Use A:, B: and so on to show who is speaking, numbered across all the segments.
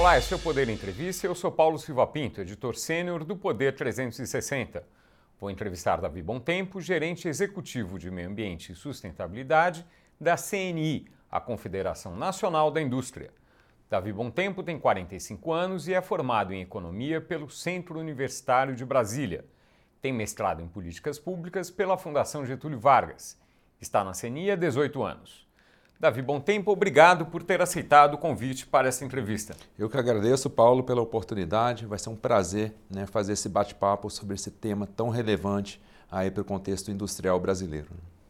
A: Olá, esse é o Poder Entrevista. Eu sou Paulo Silva Pinto, editor sênior do Poder 360. Vou entrevistar Davi Bontempo, gerente executivo de Meio Ambiente e Sustentabilidade da CNI, a Confederação Nacional da Indústria. Davi Bontempo tem 45 anos e é formado em Economia pelo Centro Universitário de Brasília. Tem mestrado em Políticas Públicas pela Fundação Getúlio Vargas. Está na CNI há 18 anos. Davi Bontempo, obrigado por ter aceitado o convite para essa entrevista.
B: Eu que agradeço, Paulo, pela oportunidade. Vai ser um prazer, fazer esse bate-papo sobre esse tema tão relevante aí para o contexto industrial brasileiro.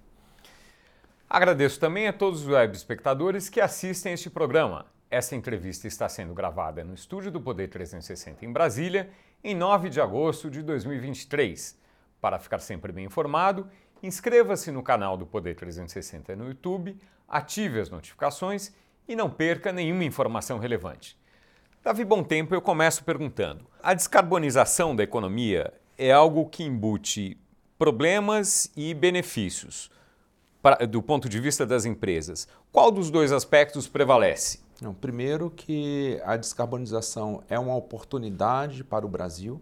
A: Agradeço também a todos os web espectadores que assistem este programa. Essa entrevista está sendo gravada no estúdio do Poder 360 em Brasília, em 9 de agosto de 2023. Para ficar sempre bem informado, inscreva-se no canal do Poder 360 no YouTube, ative as notificações e não perca nenhuma informação relevante. Davi Bontempo, eu começo perguntando: a descarbonização da economia é algo que embute problemas e benefícios do ponto de vista das empresas. Qual dos dois aspectos prevalece?
B: Primeiro que a descarbonização é uma oportunidade para o Brasil,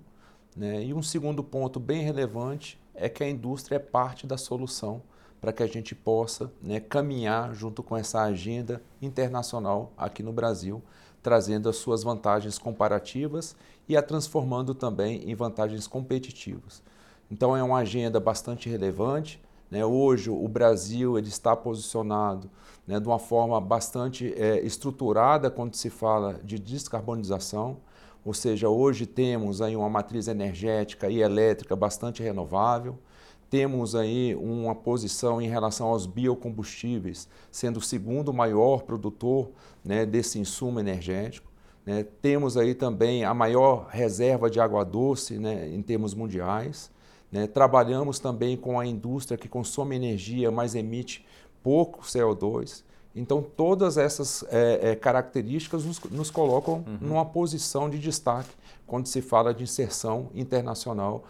B: e um segundo ponto bem relevante é que a indústria é parte da solução para que a gente possa caminhar junto com essa agenda internacional aqui no Brasil, trazendo as suas vantagens comparativas e a transformando também em vantagens competitivas. Então é uma agenda bastante relevante. Hoje o Brasil ele está posicionado de uma forma bastante estruturada quando se fala de descarbonização, ou seja, hoje temos aí uma matriz energética e elétrica bastante renovável, temos aí uma posição em relação aos biocombustíveis, sendo o segundo maior produtor desse insumo energético. Temos aí também a maior reserva de água doce em termos mundiais. Trabalhamos também com a indústria que consome energia, mas emite pouco CO2. Então, todas essas características nos colocam numa posição de destaque quando se fala de inserção internacional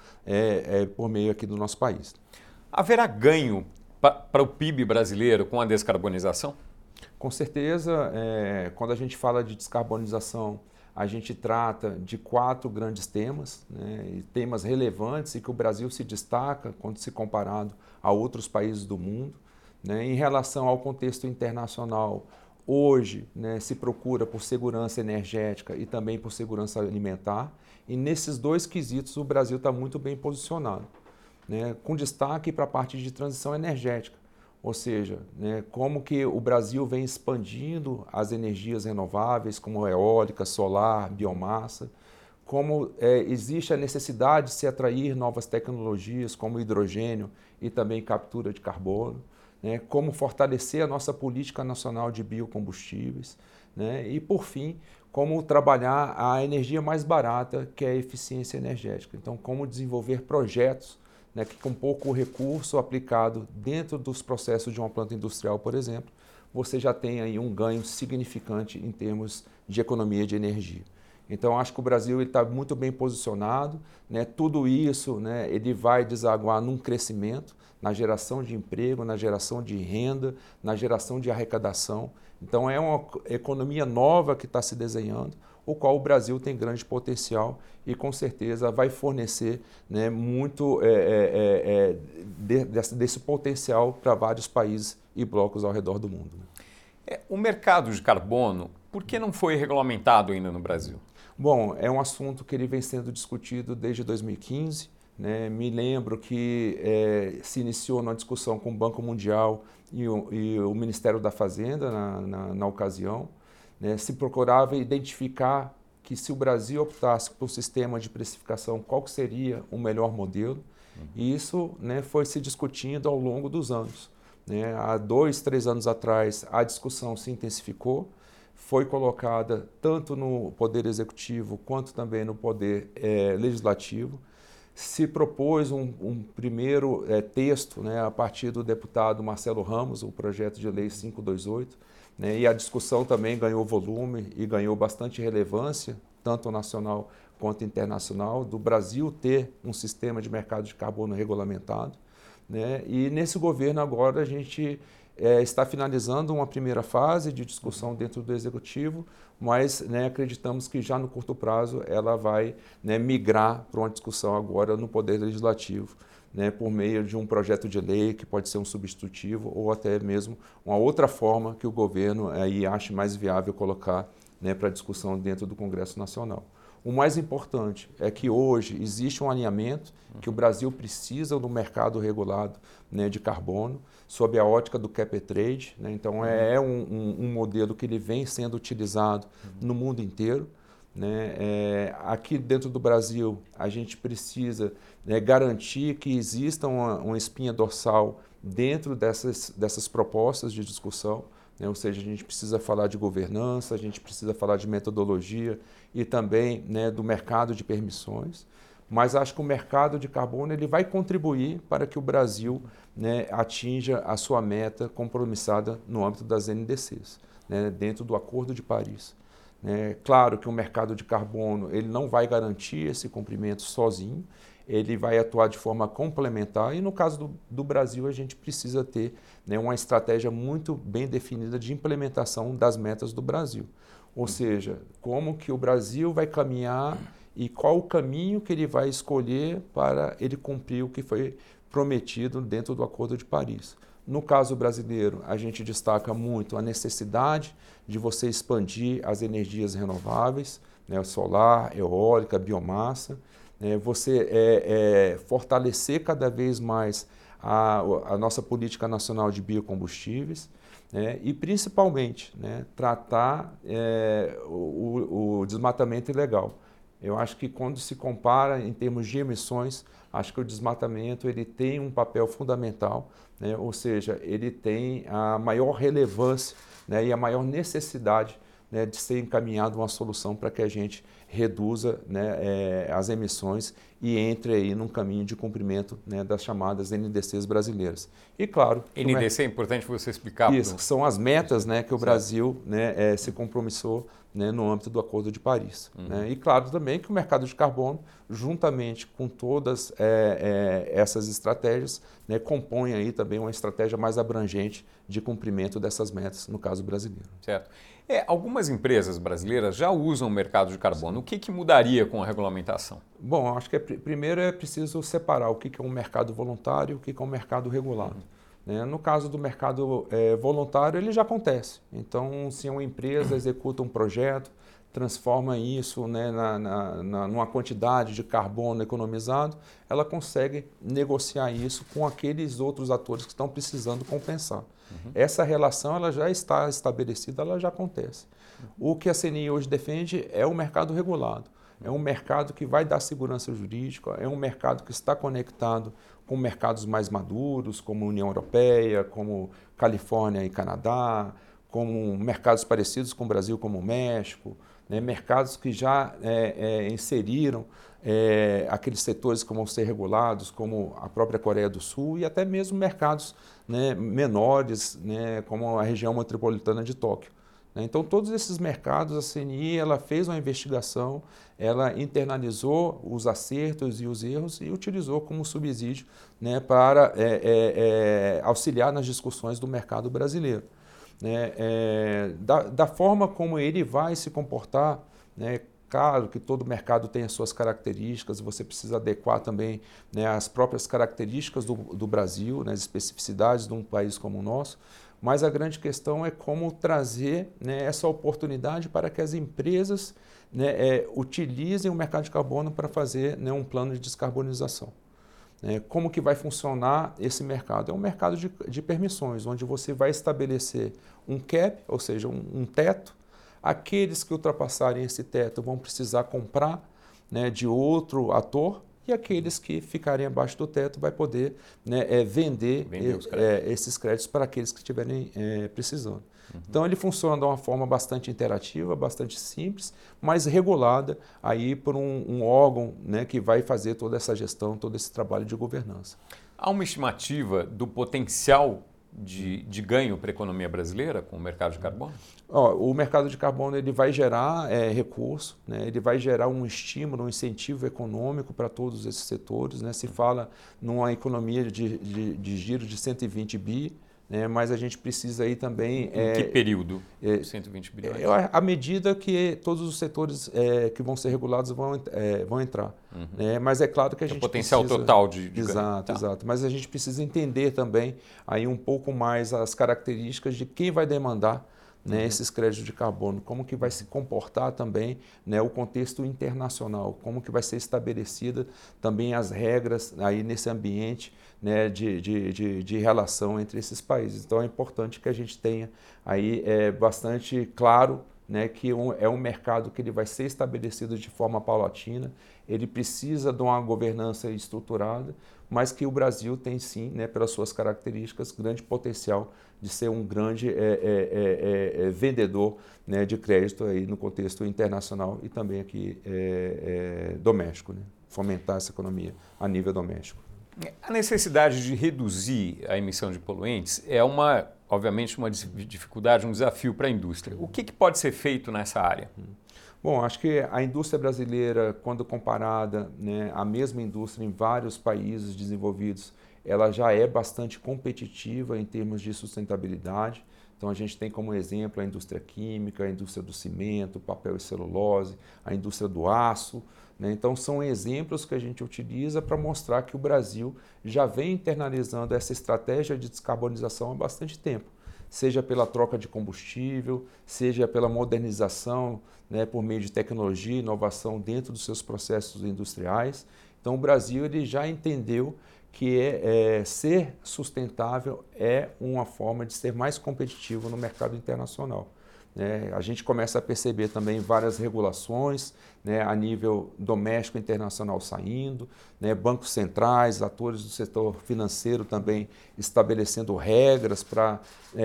B: por meio aqui do nosso país.
A: Haverá ganho para o PIB brasileiro com a descarbonização?
B: Com certeza, quando a gente fala de descarbonização, a gente trata de 4 grandes temas, e temas relevantes e que o Brasil se destaca quando se comparado a outros países do mundo. Em relação ao contexto internacional, hoje se procura por segurança energética e também por segurança alimentar, e nesses dois quesitos o Brasil está muito bem posicionado, com destaque para a parte de transição energética, ou seja, como que o Brasil vem expandindo as energias renováveis, como eólica, solar, biomassa, como existe a necessidade de se atrair novas tecnologias como hidrogênio e também captura de carbono, como fortalecer a nossa política nacional de biocombustíveis, e, por fim, como trabalhar a energia mais barata, que é a eficiência energética. Então, como desenvolver projetos que com pouco recurso aplicado dentro dos processos de uma planta industrial, por exemplo, você já tem aí um ganho significante em termos de economia de energia. Então, acho que o Brasil está muito bem posicionado, tudo isso ele vai desaguar num crescimento, na geração de emprego, na geração de renda, na geração de arrecadação. Então, é uma economia nova que está se desenhando, o qual o Brasil tem grande potencial e, com certeza, vai fornecer muito desse potencial para vários países e blocos ao redor do mundo.
A: O mercado de carbono, por que não foi regulamentado ainda no Brasil?
B: Bom, é um assunto que ele vem sendo discutido desde 2015. Me lembro que se iniciou numa discussão com o Banco Mundial e o Ministério da Fazenda na ocasião. Se procurava identificar que se o Brasil optasse por um sistema de precificação, qual que seria o melhor modelo. E isso foi se discutindo ao longo dos anos. Há 2, 3 anos atrás, a discussão se intensificou, foi colocada tanto no Poder Executivo quanto também no Poder Legislativo. Se propôs um primeiro texto a partir do deputado Marcelo Ramos, o projeto de lei 528, e a discussão também ganhou volume e ganhou bastante relevância, tanto nacional quanto internacional, do Brasil ter um sistema de mercado de carbono regulamentado. E nesse governo agora a gente está finalizando uma primeira fase de discussão dentro do Executivo, mas acreditamos que já no curto prazo ela vai migrar para uma discussão agora no Poder Legislativo, por meio de um projeto de lei que pode ser um substitutivo ou até mesmo uma outra forma que o governo aí ache mais viável colocar para discussão dentro do Congresso Nacional. O mais importante é que hoje existe um alinhamento que o Brasil precisa do mercado regulado de carbono, sob a ótica do cap and trade. Então, é um modelo que ele vem sendo utilizado no mundo inteiro. Aqui dentro do Brasil, a gente precisa garantir que exista uma espinha dorsal dentro dessas propostas de discussão. Ou seja, a gente precisa falar de governança, a gente precisa falar de metodologia e também do mercado de permissões. Mas acho que o mercado de carbono ele vai contribuir para que o Brasil atinja a sua meta compromissada no âmbito das NDCs, dentro do Acordo de Paris. Claro que o mercado de carbono ele não vai garantir esse cumprimento sozinho, ele vai atuar de forma complementar e no caso do Brasil a gente precisa ter uma estratégia muito bem definida de implementação das metas do Brasil. Ou seja, como que o Brasil vai caminhar e qual o caminho que ele vai escolher para ele cumprir o que foi prometido dentro do Acordo de Paris. No caso brasileiro, a gente destaca muito a necessidade de você expandir as energias renováveis, solar, eólica, biomassa, você fortalecer cada vez mais a nossa política nacional de biocombustíveis e principalmente tratar o desmatamento ilegal. Eu acho que quando se compara em termos de emissões, acho que o desmatamento ele tem um papel fundamental, ou seja, ele tem a maior relevância e a maior necessidade de ser encaminhado uma solução para que a gente reduza as emissões e entre aí num caminho de cumprimento das chamadas NDCs brasileiras. E claro...
A: NDC é importante você explicar.
B: Isso, são as metas que o Brasil se compromissou no âmbito do Acordo de Paris. E claro também que o mercado de carbono, juntamente com todas essas estratégias, compõe aí também uma estratégia mais abrangente de cumprimento dessas metas, no caso brasileiro.
A: Certo. Algumas empresas brasileiras já usam o mercado de carbono. O que mudaria com a regulamentação?
B: Bom, acho que primeiro é preciso separar o que é um mercado voluntário e o que é um mercado regulado. No caso do mercado voluntário, ele já acontece. Então, se uma empresa executa um projeto, transforma isso numa quantidade de carbono economizado, ela consegue negociar isso com aqueles outros atores que estão precisando compensar. Essa relação ela já está estabelecida, ela já acontece. O que a CNI hoje defende é o mercado regulado. É um mercado que vai dar segurança jurídica, é um mercado que está conectado com mercados mais maduros, como a União Europeia, como Califórnia e Canadá, como mercados parecidos com o Brasil, como o México, mercados que já inseriram aqueles setores que vão ser regulados, como a própria Coreia do Sul, e até mesmo mercados menores, como a região metropolitana de Tóquio. Então, todos esses mercados, a CNI ela fez uma investigação, ela internalizou os acertos e os erros e utilizou como subsídio para auxiliar nas discussões do mercado brasileiro. Da forma como ele vai se comportar, claro que todo mercado tem as suas características, você precisa adequar também as próprias características do Brasil, as especificidades de um país como o nosso, mas a grande questão é como trazer essa oportunidade para que as empresas utilizem o mercado de carbono para fazer um plano de descarbonização. Como que vai funcionar esse mercado? É um mercado de permissões, onde você vai estabelecer um cap, ou seja, um teto. Aqueles que ultrapassarem esse teto vão precisar comprar de outro ator e aqueles que ficarem abaixo do teto vai poder vender esses créditos para aqueles que estiverem precisando. Então ele funciona de uma forma bastante interativa, bastante simples, mas regulada aí por um órgão que vai fazer toda essa gestão, todo esse trabalho de governança.
A: Há uma estimativa do potencial de ganho para a economia brasileira com o mercado de carbono?
B: O mercado de carbono ele vai gerar recurso, ele vai gerar um estímulo, um incentivo econômico para todos esses setores. Se fala numa economia de giro de 120 bi, né, mas a gente precisa aí também...
A: Em que período? 120 bilhões?
B: À medida que todos os setores que vão ser regulados vão entrar. Né, mas é claro que a gente
A: potencial
B: precisa...
A: total de
B: Exato,
A: ganho.
B: Exato. Mas a gente precisa entender também aí um pouco mais as características de quem vai demandar, né, esses créditos de carbono, como que vai se comportar também, né, o contexto internacional, como que vai ser estabelecida também as regras aí nesse ambiente, né, de relação entre esses países. Então é importante que a gente tenha aí bastante claro, né, que é um mercado que ele vai ser estabelecido de forma paulatina, ele precisa de uma governança estruturada, mas que o Brasil tem sim, né, pelas suas características, grande potencial de ser um grande vendedor, né, de crédito aí no contexto internacional e também aqui doméstico, né, fomentar essa economia a nível doméstico.
A: A necessidade de reduzir a emissão de poluentes é obviamente uma dificuldade, um desafio para a indústria. O que pode ser feito nessa área?
B: Bom, acho que a indústria brasileira, quando comparada, né, à mesma indústria em vários países desenvolvidos, ela já é bastante competitiva em termos de sustentabilidade. Então a gente tem como exemplo a indústria química, a indústria do cimento, papel e celulose, a indústria do aço, né? Então são exemplos que a gente utiliza para mostrar que o Brasil já vem internalizando essa estratégia de descarbonização há bastante tempo, seja pela troca de combustível, seja pela modernização, né, por meio de tecnologia e inovação dentro dos seus processos industriais. Então o Brasil ele já entendeu que ser sustentável é uma forma de ser mais competitivo no mercado internacional. Né? A gente começa a perceber também várias regulações, né, a nível doméstico e internacional saindo, né, bancos centrais, atores do setor financeiro também estabelecendo regras para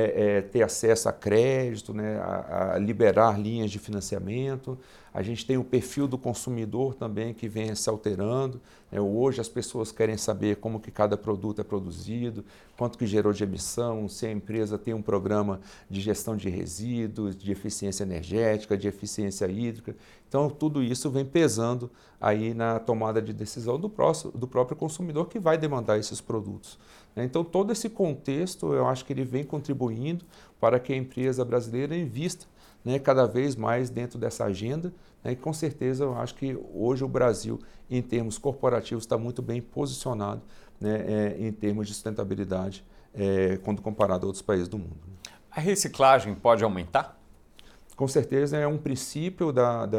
B: ter acesso a crédito, né, a liberar linhas de financiamento. A gente tem o perfil do consumidor também que vem se alterando. Hoje as pessoas querem saber como que cada produto é produzido, quanto que gerou de emissão, se a empresa tem um programa de gestão de resíduos, de eficiência energética, de eficiência hídrica. Então tudo isso vem pesando aí na tomada de decisão do próprio consumidor que vai demandar esses produtos. Então todo esse contexto eu acho que ele vem contribuindo para que a empresa brasileira invista, né, cada vez mais dentro dessa agenda, né, e com certeza eu acho que hoje o Brasil, em termos corporativos, está muito bem posicionado, né, em termos de sustentabilidade, quando comparado a outros países do mundo.
A: A reciclagem pode aumentar?
B: Com certeza é um princípio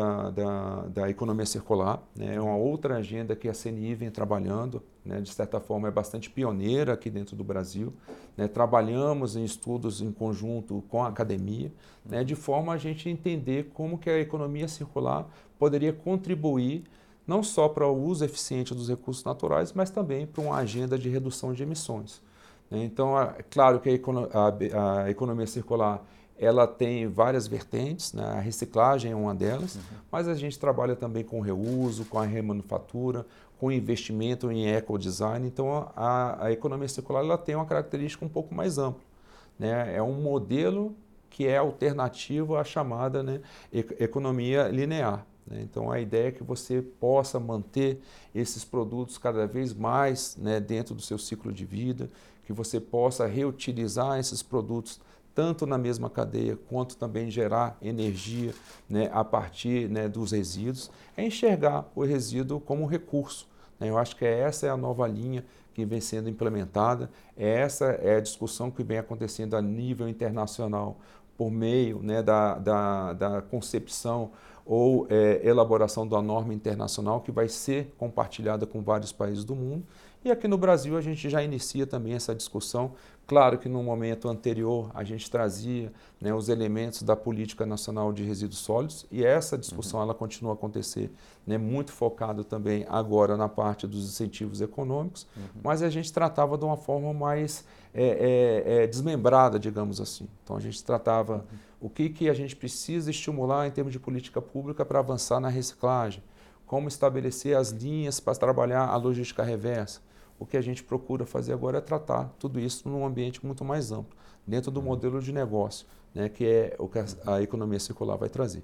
B: da economia circular, né? É uma outra agenda que a CNI vem trabalhando, né? De certa forma é bastante pioneira aqui dentro do Brasil, né? Trabalhamos em estudos em conjunto com a academia, né? De forma a gente entender como que a economia circular poderia contribuir não só para o uso eficiente dos recursos naturais, mas também para uma agenda de redução de emissões. Então, é claro que a economia circular ela tem várias vertentes, né? A reciclagem é uma delas, mas a gente trabalha também com reuso, com a remanufatura, com investimento em ecodesign. Então, a economia circular ela tem uma característica um pouco mais ampla, né? É um modelo que é alternativo à chamada, né, economia linear. Né? Então, a ideia é que você possa manter esses produtos cada vez mais, né, dentro do seu ciclo de vida, que você possa reutilizar esses produtos tanto na mesma cadeia, quanto também gerar energia, né, a partir, né, dos resíduos, é enxergar o resíduo como um recurso. Né? Eu acho que essa é a nova linha que vem sendo implementada, essa é a discussão que vem acontecendo a nível internacional por meio, né, da concepção ou elaboração da norma internacional que vai ser compartilhada com vários países do mundo. E aqui no Brasil a gente já inicia também essa discussão. Claro que no momento anterior a gente trazia, né, os elementos da Política Nacional de Resíduos Sólidos e essa discussão ela continua a acontecer, né, muito focado também agora na parte dos incentivos econômicos, mas a gente tratava de uma forma mais desmembrada, digamos assim. Então a gente tratava o que a gente precisa estimular em termos de política pública para avançar na reciclagem, como estabelecer as linhas para trabalhar a logística reversa. O que a gente procura fazer agora é tratar tudo isso num ambiente muito mais amplo, dentro do modelo de negócio, né, que é o que a economia circular vai trazer.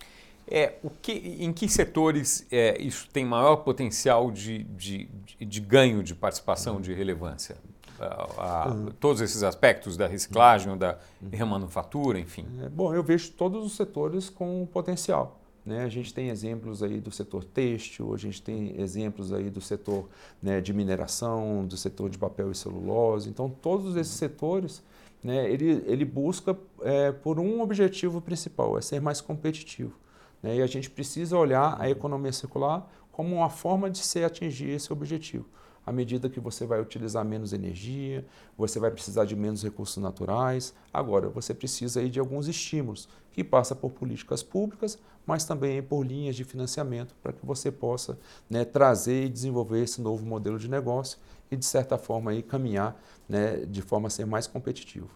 A: Em que setores isso tem maior potencial de ganho de participação, de relevância? todos esses aspectos da reciclagem ou da remanufatura, enfim?
B: Bom, eu vejo todos os setores com potencial. Né? A gente tem exemplos aí do setor têxtil, a gente tem exemplos aí do setor, né, de mineração, do setor de papel e celulose. Então, todos esses setores, né, ele busca por um objetivo principal, é ser mais competitivo. Né? E a gente precisa olhar a economia circular como uma forma de se atingir esse objetivo. À medida que você vai utilizar menos energia, você vai precisar de menos recursos naturais. Agora, você precisa aí de alguns estímulos, que passa por políticas públicas, mas também por linhas de financiamento, para que você possa, né, trazer e desenvolver esse novo modelo de negócio e, de certa forma, aí, caminhar, né, de forma a ser mais competitivo.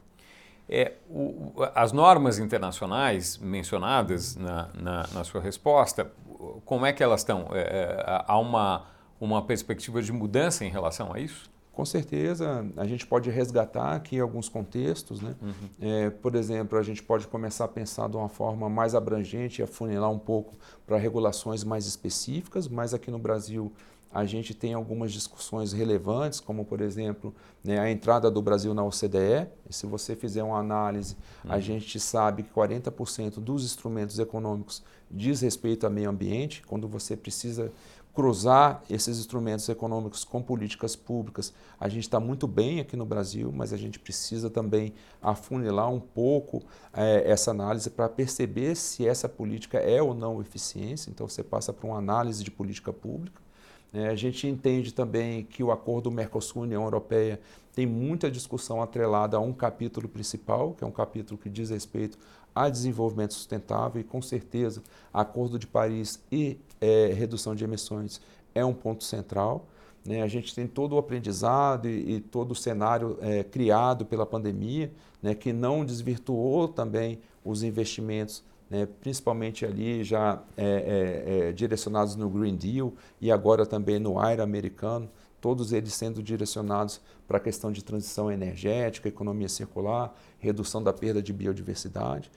A: As normas internacionais mencionadas na sua resposta, como é que elas estão? Há uma perspectiva de mudança em relação a isso?
B: Com certeza, a gente pode resgatar aqui alguns contextos, né? Por exemplo, a gente pode começar a pensar de uma forma mais abrangente e afunilar um pouco para regulações mais específicas, mas aqui no Brasil a gente tem algumas discussões relevantes, como, por exemplo, né, a entrada do Brasil na OCDE. E se você fizer uma análise, a gente sabe que 40% dos instrumentos econômicos diz respeito ao meio ambiente. Quando você precisa cruzar esses instrumentos econômicos com políticas públicas, a gente está muito bem aqui no Brasil, mas a gente precisa também afunilar um pouco essa análise para perceber se essa política é ou não eficiente. Então, você passa por uma análise de política pública. A gente entende também que o acordo Mercosul-União Europeia tem muita discussão atrelada a um capítulo principal, que é um capítulo que diz respeito a desenvolvimento sustentável, e com certeza Acordo de Paris e redução de emissões é um ponto central. Né? A gente tem todo o aprendizado e todo o cenário criado pela pandemia, né, que não desvirtuou também os investimentos, né, principalmente ali já direcionados no Green Deal e agora também no AIRA americano, todos eles sendo direcionados para a questão de transição energética, economia circular, redução da perda de biodiversidade.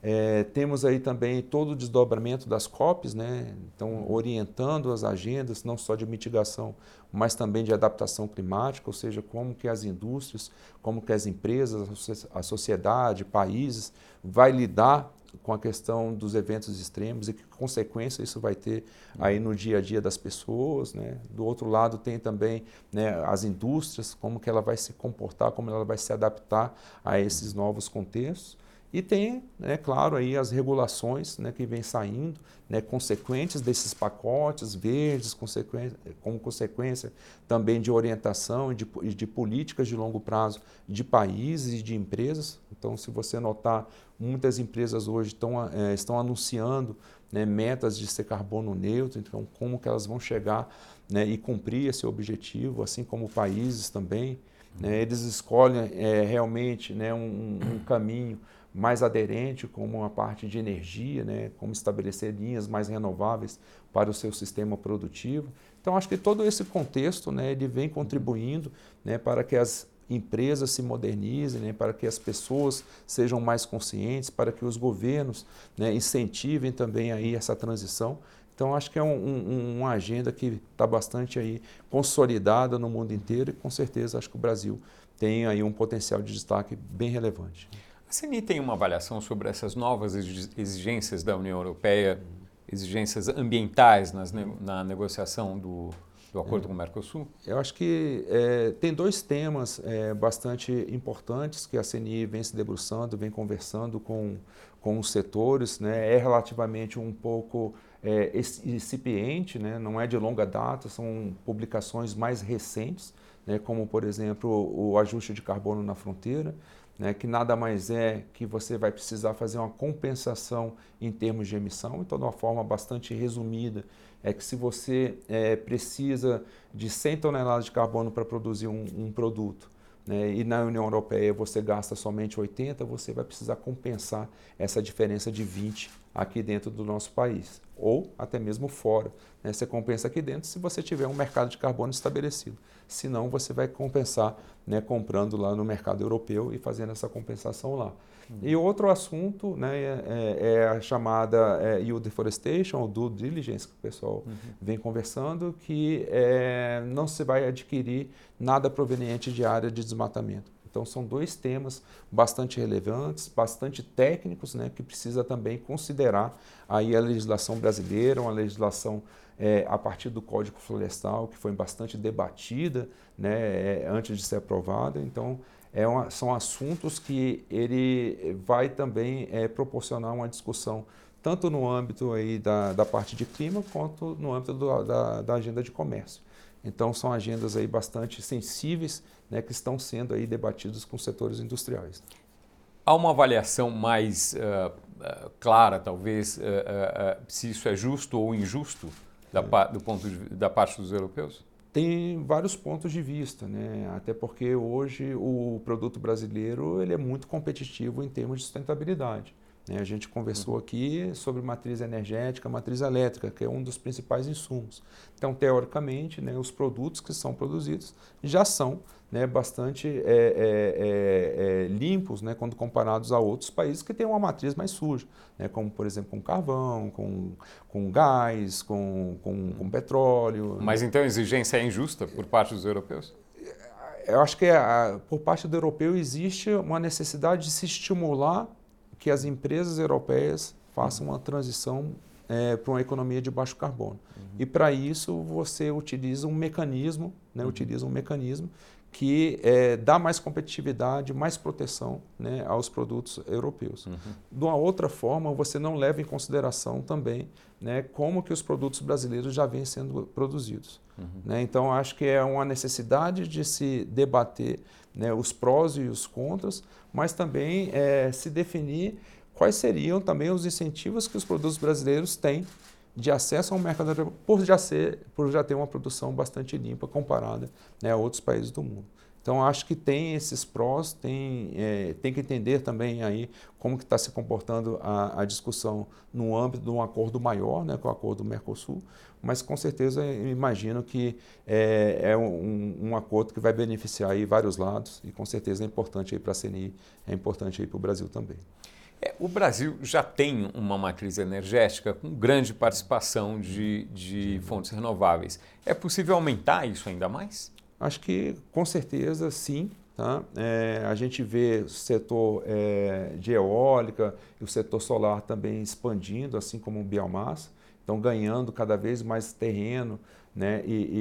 B: Temos aí também todo o desdobramento das COPs, né? Então orientando as agendas não só de mitigação, mas também de adaptação climática, ou seja, como que as indústrias, como que as empresas, a sociedade, países vai lidar com a questão dos eventos extremos e que consequência isso vai ter aí no dia a dia das pessoas, né? Do outro lado tem também, né, as indústrias, como que ela vai se comportar, como ela vai se adaptar a esses novos contextos. E tem, né, claro, aí as regulações, né, que vêm saindo, né, consequentes desses pacotes verdes, como consequência também de orientação e de políticas de longo prazo de países e de empresas. Então, se você notar, muitas empresas hoje estão anunciando, né, metas de ser carbono neutro, então como que elas vão chegar, né, e cumprir esse objetivo, assim como países também. Né, eles escolhem realmente, né, um caminho mais aderente, como uma parte de energia, né, como estabelecer linhas mais renováveis para o seu sistema produtivo. Então, acho que todo esse contexto, né, ele vem contribuindo, né, para que as empresas se modernizem, né, para que as pessoas sejam mais conscientes, para que os governos, né, incentivem também aí essa transição. Então, acho que é uma agenda que está bastante aí consolidada no mundo inteiro e, com certeza, acho que o Brasil tem aí um potencial de destaque bem relevante.
A: A CNI tem uma avaliação sobre essas novas exigências da União Europeia, exigências ambientais na negociação do acordo com o Mercosul?
B: Eu acho que tem dois temas bastante importantes que a CNI vem se debruçando, vem conversando com os setores, né? É relativamente um pouco incipiente, né? Não é de longa data, são publicações mais recentes, né? Como, por exemplo, o ajuste de carbono na fronteira, né, que nada mais é que você vai precisar fazer uma compensação em termos de emissão. Então, de uma forma bastante resumida, é que se você precisa de 100 toneladas de carbono para produzir um produto, né, e na União Europeia você gasta somente 80, você vai precisar compensar essa diferença de 20 aqui dentro do nosso país, ou até mesmo fora, né? Você compensa aqui dentro se você tiver um mercado de carbono estabelecido. Senão, você vai compensar, né, comprando lá no mercado europeu e fazendo essa compensação lá. E outro assunto, né, é a chamada yield deforestation, ou due diligence, que o pessoal vem conversando, que não se vai adquirir nada proveniente de área de desmatamento. Então, são dois temas bastante relevantes, bastante técnicos, né, que precisa também considerar aí a legislação brasileira, uma legislação a partir do Código Florestal, que foi bastante debatida, né, antes de ser aprovada. Então, são assuntos que ele vai também proporcionar uma discussão tanto no âmbito aí da parte de clima, quanto no âmbito da agenda de comércio. Então, são agendas aí bastante sensíveis, né, que estão sendo aí debatidas com setores industriais.
A: Há uma avaliação mais clara, talvez, se isso é justo ou injusto da parte dos europeus?
B: Tem vários pontos de vista, né? Até porque hoje o produto brasileiro ele é muito competitivo em termos de sustentabilidade. A gente conversou aqui sobre matriz energética, matriz elétrica, que é um dos principais insumos. Então, teoricamente, né, os produtos que são produzidos já são, né, bastante limpos, né, quando comparados a outros países que têm uma matriz mais suja, né, como, por exemplo, com carvão, com gás, com petróleo.
A: Mas então a exigência é injusta por parte dos europeus?
B: Eu acho que por parte do europeu existe uma necessidade de se estimular que as empresas europeias façam uma transição para uma economia de baixo carbono. E para isso você utiliza um mecanismo, né, que dá mais competitividade, mais proteção, né, aos produtos europeus. De uma outra forma, você não leva em consideração também, né, como que os produtos brasileiros já vêm sendo produzidos. Né? Então, acho que é uma necessidade de se debater, né, os prós e os contras, mas também se definir quais seriam também os incentivos que os produtos brasileiros têm de acesso ao mercado europeu, por já ter uma produção bastante limpa comparada, né, a outros países do mundo. Então, acho que tem esses prós, tem que entender também aí como que está se comportando a discussão no âmbito de um acordo maior, né, com o acordo do Mercosul, mas com certeza eu imagino que é um acordo que vai beneficiar aí vários lados e com certeza é importante aí para a CNI, é importante aí para o Brasil também.
A: O Brasil já tem uma matriz energética com grande participação de fontes renováveis. É possível aumentar isso ainda mais?
B: Acho que com certeza sim. Tá? A gente vê o setor de eólica e o setor solar também expandindo, assim como o biomassa, então ganhando cada vez mais terreno, né?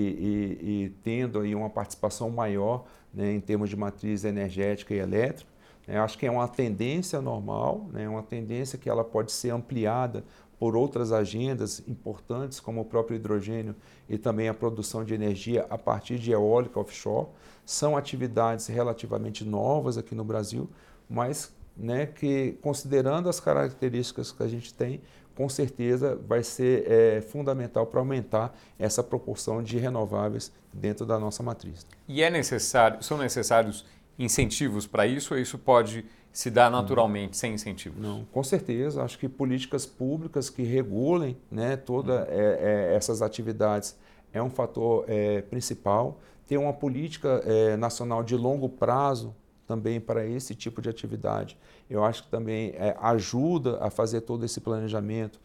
B: e tendo aí uma participação maior, né, em termos de matriz energética e elétrica. Acho que é uma tendência normal, né, uma tendência que ela pode ser ampliada por outras agendas importantes, como o próprio hidrogênio e também a produção de energia a partir de eólica offshore. São atividades relativamente novas aqui no Brasil, mas, né, que considerando as características que a gente tem, com certeza vai ser fundamental para aumentar essa proporção de renováveis dentro da nossa matriz.
A: E são necessários incentivos para isso ou isso pode se dar naturalmente, sem incentivo?
B: Não, com certeza. Acho que políticas públicas que regulem, né, todas essas atividades é um fator principal. Ter uma política nacional de longo prazo também para esse tipo de atividade, eu acho que também ajuda a fazer todo esse planejamento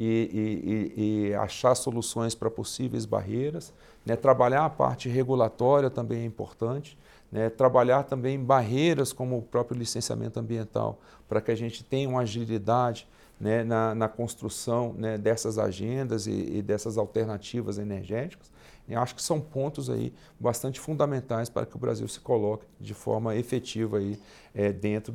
B: e achar soluções para possíveis barreiras. Né? Trabalhar a parte regulatória também é importante. Né, trabalhar também barreiras como o próprio licenciamento ambiental, para que a gente tenha uma agilidade, né, na construção, né, dessas agendas e dessas alternativas energéticas. Eu acho que são pontos aí bastante fundamentais para que o Brasil se coloque de forma efetiva aí, dentro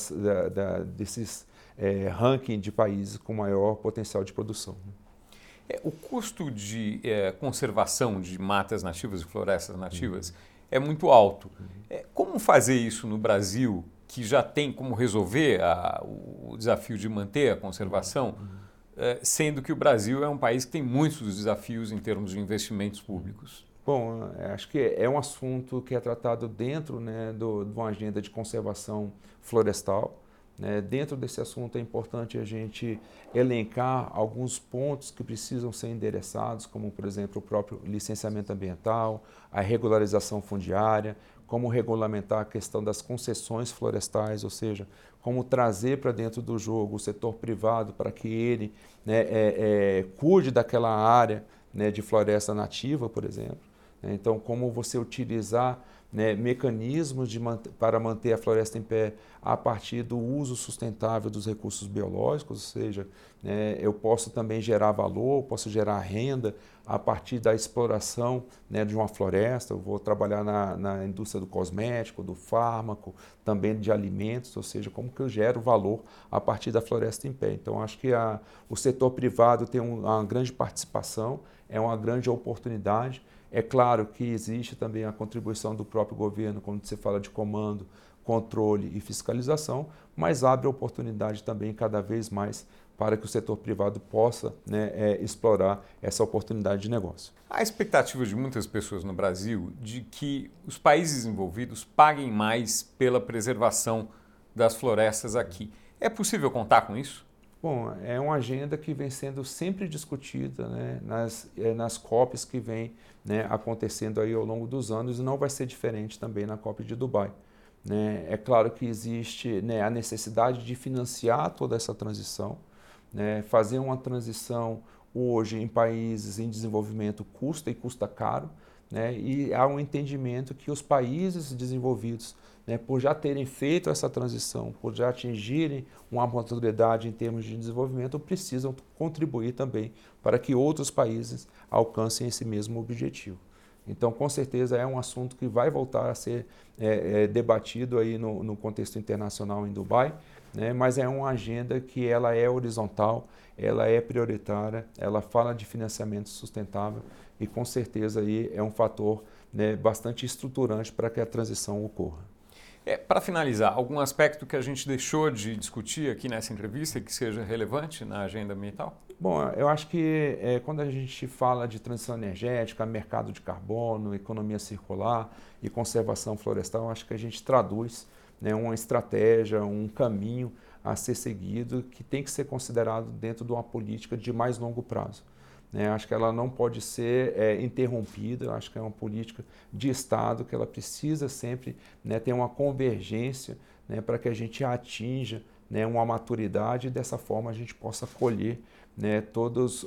B: desses ranking de países com maior potencial de produção.
A: O custo de conservação de matas nativas e florestas nativas é muito alto. Como fazer isso no Brasil, que já tem como resolver o desafio de manter a conservação, sendo que o Brasil é um país que tem muitos desafios em termos de investimentos públicos?
B: Bom, acho que é um assunto que é tratado dentro, né, de uma agenda de conservação florestal. né? Dentro desse assunto é importante a gente elencar alguns pontos que precisam ser endereçados, como, por exemplo, o próprio licenciamento ambiental, a regularização fundiária, como regulamentar a questão das concessões florestais, ou seja, como trazer para dentro do jogo o setor privado para que ele, né, cuide daquela área, né, de floresta nativa, por exemplo. Então, como você utilizar, né, mecanismos para manter a floresta em pé a partir do uso sustentável dos recursos biológicos, ou seja, né, eu posso também gerar valor, posso gerar renda a partir da exploração, né, de uma floresta. Eu vou trabalhar na indústria do cosmético, do fármaco, também de alimentos, ou seja, como que eu gero valor a partir da floresta em pé. Então, acho que o setor privado tem uma grande participação, é uma grande oportunidade. É claro que existe também a contribuição do próprio governo, quando se fala de comando, controle e fiscalização, mas abre oportunidade também cada vez mais para que o setor privado possa, né, explorar essa oportunidade de negócio.
A: Há expectativa de muitas pessoas no Brasil de que os países envolvidos paguem mais pela preservação das florestas aqui. É possível contar com isso?
B: Bom, é uma agenda que vem sendo sempre discutida, né, nas COPs que vem, né, acontecendo aí ao longo dos anos, e não vai ser diferente também na COP de Dubai. Né? É claro que existe, né, a necessidade de financiar toda essa transição, né? Fazer uma transição hoje em países em desenvolvimento custa e custa caro, né? E há um entendimento que os países desenvolvidos, né, por já terem feito essa transição, por já atingirem uma maturidade em termos de desenvolvimento, precisam contribuir também para que outros países alcancem esse mesmo objetivo. Então, com certeza, é um assunto que vai voltar a ser debatido aí no contexto internacional em Dubai, né? Mas é uma agenda que ela é horizontal, ela é prioritária, ela fala de financiamento sustentável e, com certeza, aí é um fator, né, bastante estruturante para que a transição ocorra.
A: Para finalizar, algum aspecto que a gente deixou de discutir aqui nessa entrevista que seja relevante na agenda ambiental?
B: Bom, eu acho que quando a gente fala de transição energética, mercado de carbono, economia circular e conservação florestal, eu acho que a gente traduz, né, uma estratégia, um caminho a ser seguido que tem que ser considerado dentro de uma política de mais longo prazo. Acho que ela não pode ser interrompida, acho que é uma política de Estado que ela precisa sempre, né, ter uma convergência, né, para que a gente atinja, né, uma maturidade e dessa forma a gente possa colher, né, todos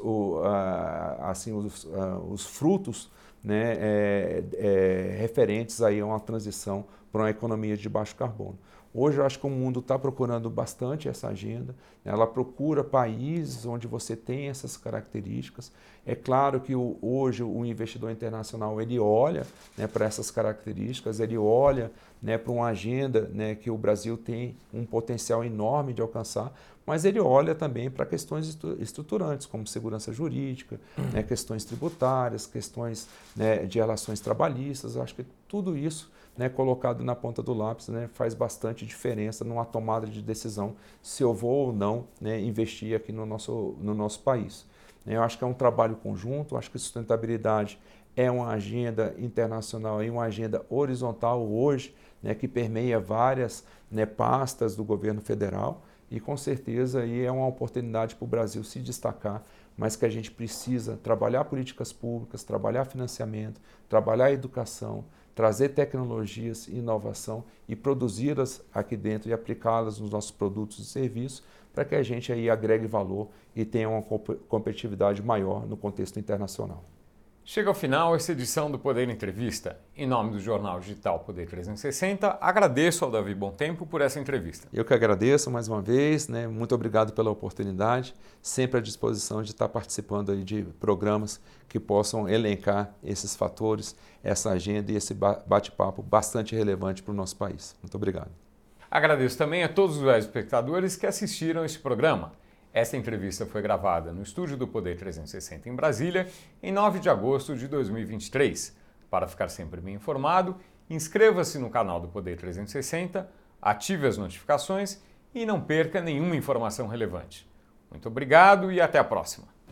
B: os frutos, né, referentes aí a uma transição para uma economia de baixo carbono. Hoje eu acho que o mundo está procurando bastante essa agenda, né? Ela procura países onde você tem essas características. É claro que hoje o investidor internacional ele olha, né, para essas características, ele olha, né, para uma agenda, né, que o Brasil tem um potencial enorme de alcançar, mas ele olha também para questões estruturantes, como segurança jurídica, né, questões tributárias, questões, né, de relações trabalhistas. Eu acho que tudo isso, né, colocado na ponta do lápis, né, faz bastante diferença numa tomada de decisão se eu vou ou não, né, investir aqui no nosso país. Eu acho que é um trabalho conjunto, acho que sustentabilidade é uma agenda internacional e uma agenda horizontal hoje, né, que permeia várias, né, pastas do governo federal e com certeza aí é uma oportunidade para o Brasil se destacar, mas que a gente precisa trabalhar políticas públicas, trabalhar financiamento, trabalhar educação, trazer tecnologias e inovação e produzi-las aqui dentro e aplicá-las nos nossos produtos e serviços para que a gente aí agregue valor e tenha uma competitividade maior no contexto internacional.
A: Chega ao final essa edição do Poder Entrevista. Em nome do jornal digital Poder 360, agradeço ao Davi Bom Tempo por essa entrevista.
B: Eu que agradeço mais uma vez, né? Muito obrigado pela oportunidade, sempre à disposição de estar participando aí de programas que possam elencar esses fatores, essa agenda e esse bate-papo bastante relevante para o nosso país. Muito obrigado.
A: Agradeço também a todos os espectadores que assistiram este programa. Esta entrevista foi gravada no estúdio do Poder 360 em Brasília, em 9 de agosto de 2023. Para ficar sempre bem informado, inscreva-se no canal do Poder 360, ative as notificações e não perca nenhuma informação relevante. Muito obrigado e até a próxima!